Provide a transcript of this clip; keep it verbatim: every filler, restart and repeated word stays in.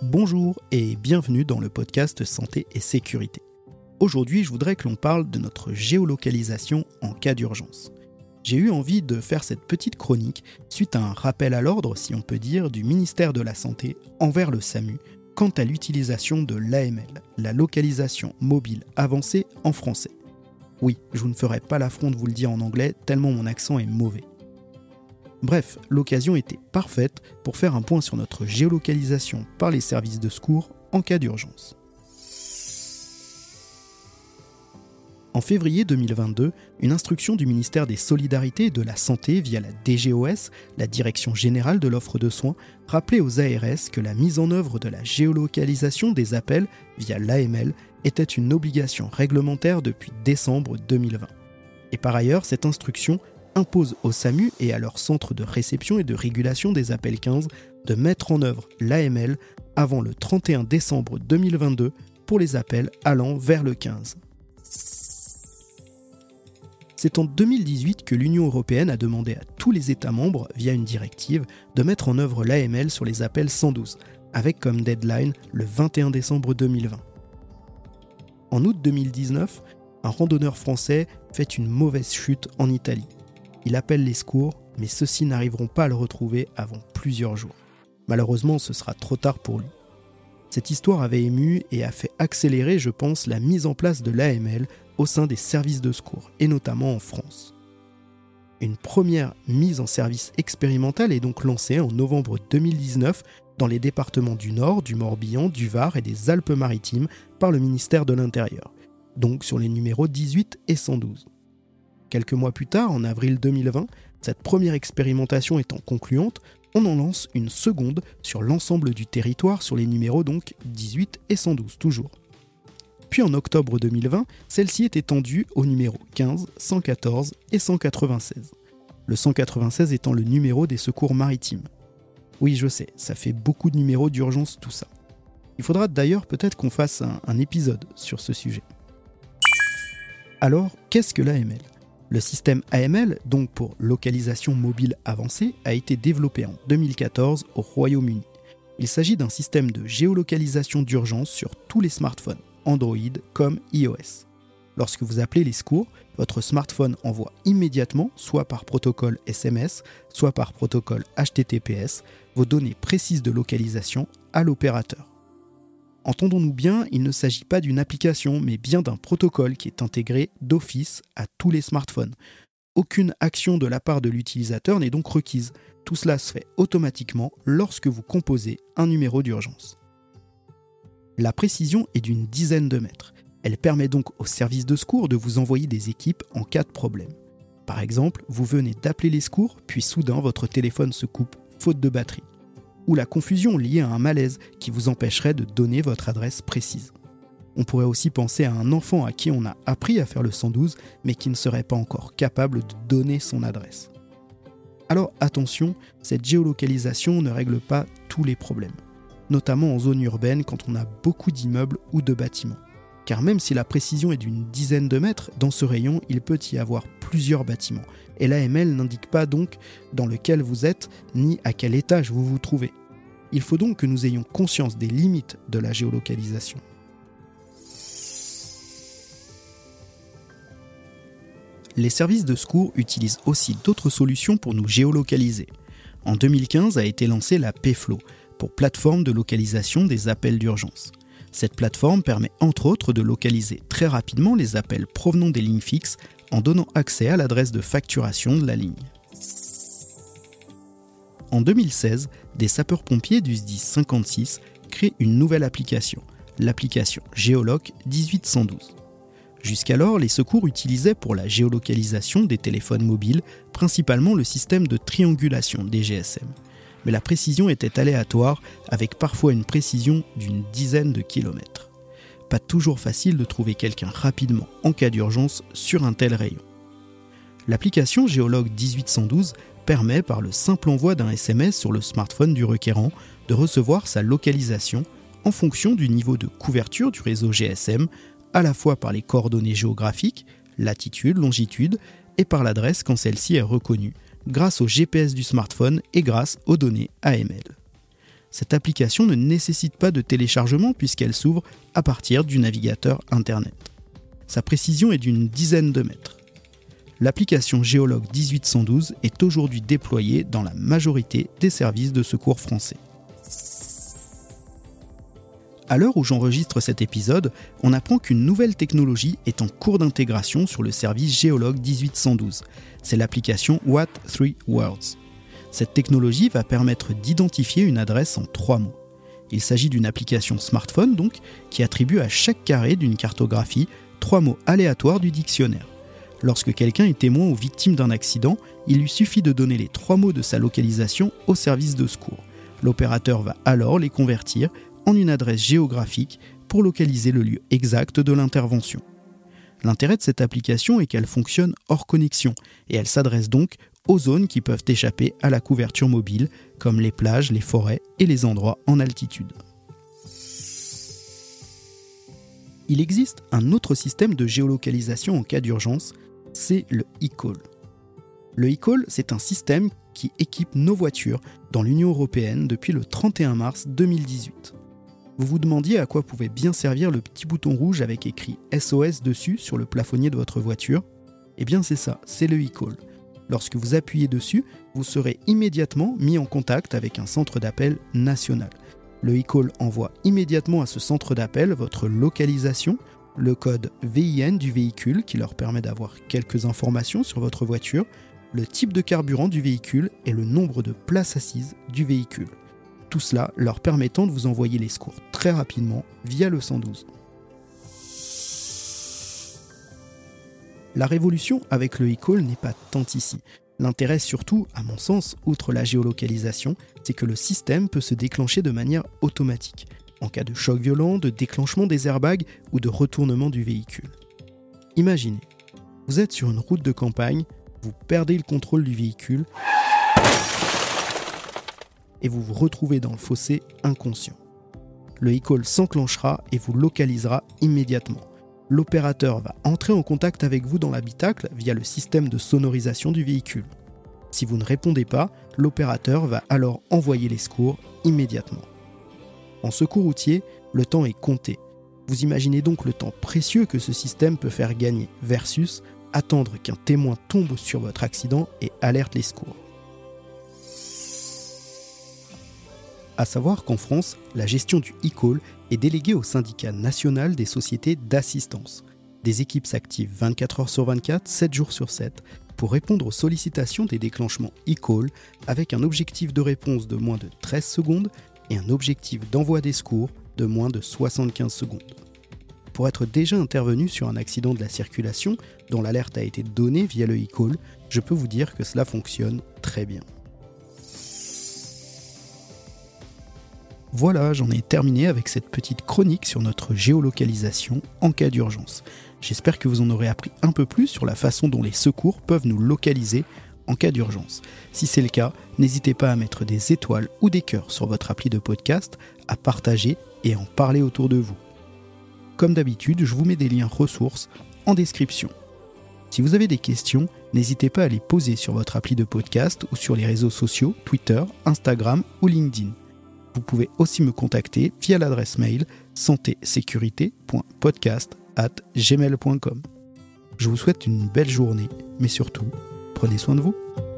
Bonjour et bienvenue dans le podcast Santé et Sécurité. Aujourd'hui, je voudrais que l'on parle de notre géolocalisation en cas d'urgence. J'ai eu envie de faire cette petite chronique suite à un rappel à l'ordre, si on peut dire, du ministère de la Santé envers le SAMU quant à l'utilisation de l'A M L, la localisation mobile avancée en français. Oui, je ne ferai pas l'affront de vous le dire en anglais, tellement mon accent est mauvais. Bref, l'occasion était parfaite pour faire un point sur notre géolocalisation par les services de secours en cas d'urgence. En février deux mille vingt-deux, une instruction du ministère des Solidarités et de la Santé via la D G O S, la Direction Générale de l'Offre de Soins, rappelait aux A R S que la mise en œuvre de la géolocalisation des appels via l'A M L était une obligation réglementaire depuis décembre deux mille vingt. Et par ailleurs, cette instruction impose au SAMU et à leur centre de réception et de régulation des appels quinze de mettre en œuvre l'A M L avant le trente et un décembre deux mille vingt-deux pour les appels allant vers le quinze. C'est en deux mille dix-huit que l'Union européenne a demandé à tous les États membres, via une directive, de mettre en œuvre l'A M L sur les appels cent douze, avec comme deadline le vingt et un décembre deux mille vingt. En août deux mille dix-neuf, un randonneur français fait une mauvaise chute en Italie. Il appelle les secours, mais ceux-ci n'arriveront pas à le retrouver avant plusieurs jours. Malheureusement, ce sera trop tard pour lui. Cette histoire avait ému et a fait accélérer, je pense, la mise en place de l'A M L au sein des services de secours, et notamment en France. Une première mise en service expérimentale est donc lancée en novembre deux mille dix-neuf dans les départements du Nord, du Morbihan, du Var et des Alpes-Maritimes par le ministère de l'Intérieur, donc sur les numéros dix-huit et cent douze. Quelques mois plus tard, en avril deux mille vingt, cette première expérimentation étant concluante, on en lance une seconde sur l'ensemble du territoire sur les numéros donc dix-huit et cent douze toujours. Puis en octobre deux mille vingt, celle-ci est étendue aux numéros quinze, cent quatorze et cent quatre-vingt-seize. Le cent quatre-vingt-seize étant le numéro des secours maritimes. Oui, je sais, ça fait beaucoup de numéros d'urgence tout ça. Il faudra d'ailleurs peut-être qu'on fasse un, un épisode sur ce sujet. Alors, qu'est-ce que l'A M L ? Le système A M L, donc pour localisation mobile avancée, a été développé en deux mille quatorze au Royaume-Uni. Il s'agit d'un système de géolocalisation d'urgence sur tous les smartphones, Android comme iOS. Lorsque vous appelez les secours, votre smartphone envoie immédiatement, soit par protocole S M S, soit par protocole H T T P S, vos données précises de localisation à l'opérateur. Entendons-nous bien, il ne s'agit pas d'une application, mais bien d'un protocole qui est intégré d'office à tous les smartphones. Aucune action de la part de l'utilisateur n'est donc requise. Tout cela se fait automatiquement lorsque vous composez un numéro d'urgence. La précision est d'une dizaine de mètres. Elle permet donc au service de secours de vous envoyer des équipes en cas de problème. Par exemple, vous venez d'appeler les secours, puis soudain votre téléphone se coupe, faute de batterie. Ou la confusion liée à un malaise qui vous empêcherait de donner votre adresse précise. On pourrait aussi penser à un enfant à qui on a appris à faire le cent douze, mais qui ne serait pas encore capable de donner son adresse. Alors attention, cette géolocalisation ne règle pas tous les problèmes, notamment en zone urbaine quand on a beaucoup d'immeubles ou de bâtiments. Car même si la précision est d'une dizaine de mètres, dans ce rayon, il peut y avoir plusieurs bâtiments. Et l'A M L n'indique pas donc dans lequel vous êtes, ni à quel étage vous vous trouvez. Il faut donc que nous ayons conscience des limites de la géolocalisation. Les services de secours utilisent aussi d'autres solutions pour nous géolocaliser. En deux mille quinze a été lancée la P F L O, pour plateforme de localisation des appels d'urgence. Cette plateforme permet entre autres de localiser très rapidement les appels provenant des lignes fixes en donnant accès à l'adresse de facturation de la ligne. En deux mille seize, des sapeurs-pompiers du S D I S cinquante-six créent une nouvelle application, l'application Géoloc dix-huit cent douze. Jusqu'alors, les secours utilisaient pour la géolocalisation des téléphones mobiles principalement le système de triangulation des G S M. Mais la précision était aléatoire, avec parfois une précision d'une dizaine de kilomètres. Pas toujours facile de trouver quelqu'un rapidement en cas d'urgence sur un tel rayon. L'application Géoloc dix-huit cent douze permet, par le simple envoi d'un S M S sur le smartphone du requérant, de recevoir sa localisation en fonction du niveau de couverture du réseau G S M, à la fois par les coordonnées géographiques, latitude, longitude, et par l'adresse quand celle-ci est reconnue, grâce au G P S du smartphone et grâce aux données A M L. Cette application ne nécessite pas de téléchargement puisqu'elle s'ouvre à partir du navigateur Internet. Sa précision est d'une dizaine de mètres. L'application Géolog dix-huit cent douze est aujourd'hui déployée dans la majorité des services de secours français. À l'heure où j'enregistre cet épisode, on apprend qu'une nouvelle technologie est en cours d'intégration sur le service Géolog dix-huit cent douze. C'est l'application What Three Words. Cette technologie va permettre d'identifier une adresse en trois mots. Il s'agit d'une application smartphone donc, qui attribue à chaque carré d'une cartographie trois mots aléatoires du dictionnaire. Lorsque quelqu'un est témoin ou victime d'un accident, il lui suffit de donner les trois mots de sa localisation au service de secours. L'opérateur va alors les convertir en une adresse géographique pour localiser le lieu exact de l'intervention. L'intérêt de cette application est qu'elle fonctionne hors connexion et elle s'adresse donc aux zones qui peuvent échapper à la couverture mobile, comme les plages, les forêts et les endroits en altitude. Il existe un autre système de géolocalisation en cas d'urgence, c'est le e-call. Le e-call, c'est un système qui équipe nos voitures dans l'Union européenne depuis le trente et un mars deux mille dix-huit. Vous vous demandiez à quoi pouvait bien servir le petit bouton rouge avec écrit S O S dessus sur le plafonnier de votre voiture ? Eh bien c'est ça, c'est le e-call. Lorsque vous appuyez dessus, vous serez immédiatement mis en contact avec un centre d'appel national. Le e-call envoie immédiatement à ce centre d'appel votre localisation, le code V I N du véhicule qui leur permet d'avoir quelques informations sur votre voiture, le type de carburant du véhicule et le nombre de places assises du véhicule. Tout cela leur permettant de vous envoyer les secours très rapidement via le cent douze. La révolution avec le e-call n'est pas tant ici. L'intérêt surtout, à mon sens, outre la géolocalisation, c'est que le système peut se déclencher de manière automatique, en cas de choc violent, de déclenchement des airbags ou de retournement du véhicule. Imaginez, vous êtes sur une route de campagne, vous perdez le contrôle du véhicule et vous vous retrouvez dans le fossé inconscient. Le e-call s'enclenchera et vous localisera immédiatement. L'opérateur va entrer en contact avec vous dans l'habitacle via le système de sonorisation du véhicule. Si vous ne répondez pas, l'opérateur va alors envoyer les secours immédiatement. En secours routier, le temps est compté. Vous imaginez donc le temps précieux que ce système peut faire gagner versus attendre qu'un témoin tombe sur votre accident et alerte les secours. À savoir qu'en France, la gestion du e-call est déléguée au syndicat national des sociétés d'assistance. Des équipes s'activent vingt-quatre heures sur vingt-quatre, sept jours sur sept, pour répondre aux sollicitations des déclenchements e-call avec un objectif de réponse de moins de treize secondes et un objectif d'envoi des secours de moins de soixante-quinze secondes. Pour être déjà intervenu sur un accident de la circulation dont l'alerte a été donnée via le e-call, je peux vous dire que cela fonctionne très bien. Voilà, j'en ai terminé avec cette petite chronique sur notre géolocalisation en cas d'urgence. J'espère que vous en aurez appris un peu plus sur la façon dont les secours peuvent nous localiser en cas d'urgence. Si c'est le cas, n'hésitez pas à mettre des étoiles ou des cœurs sur votre appli de podcast, à partager et en parler autour de vous. Comme d'habitude, je vous mets des liens ressources en description. Si vous avez des questions, n'hésitez pas à les poser sur votre appli de podcast ou sur les réseaux sociaux, Twitter, Instagram ou LinkedIn. Vous pouvez aussi me contacter via l'adresse mail santé sécurité point podcast arobase gmail point com. Je vous souhaite une belle journée, mais surtout, prenez soin de vous.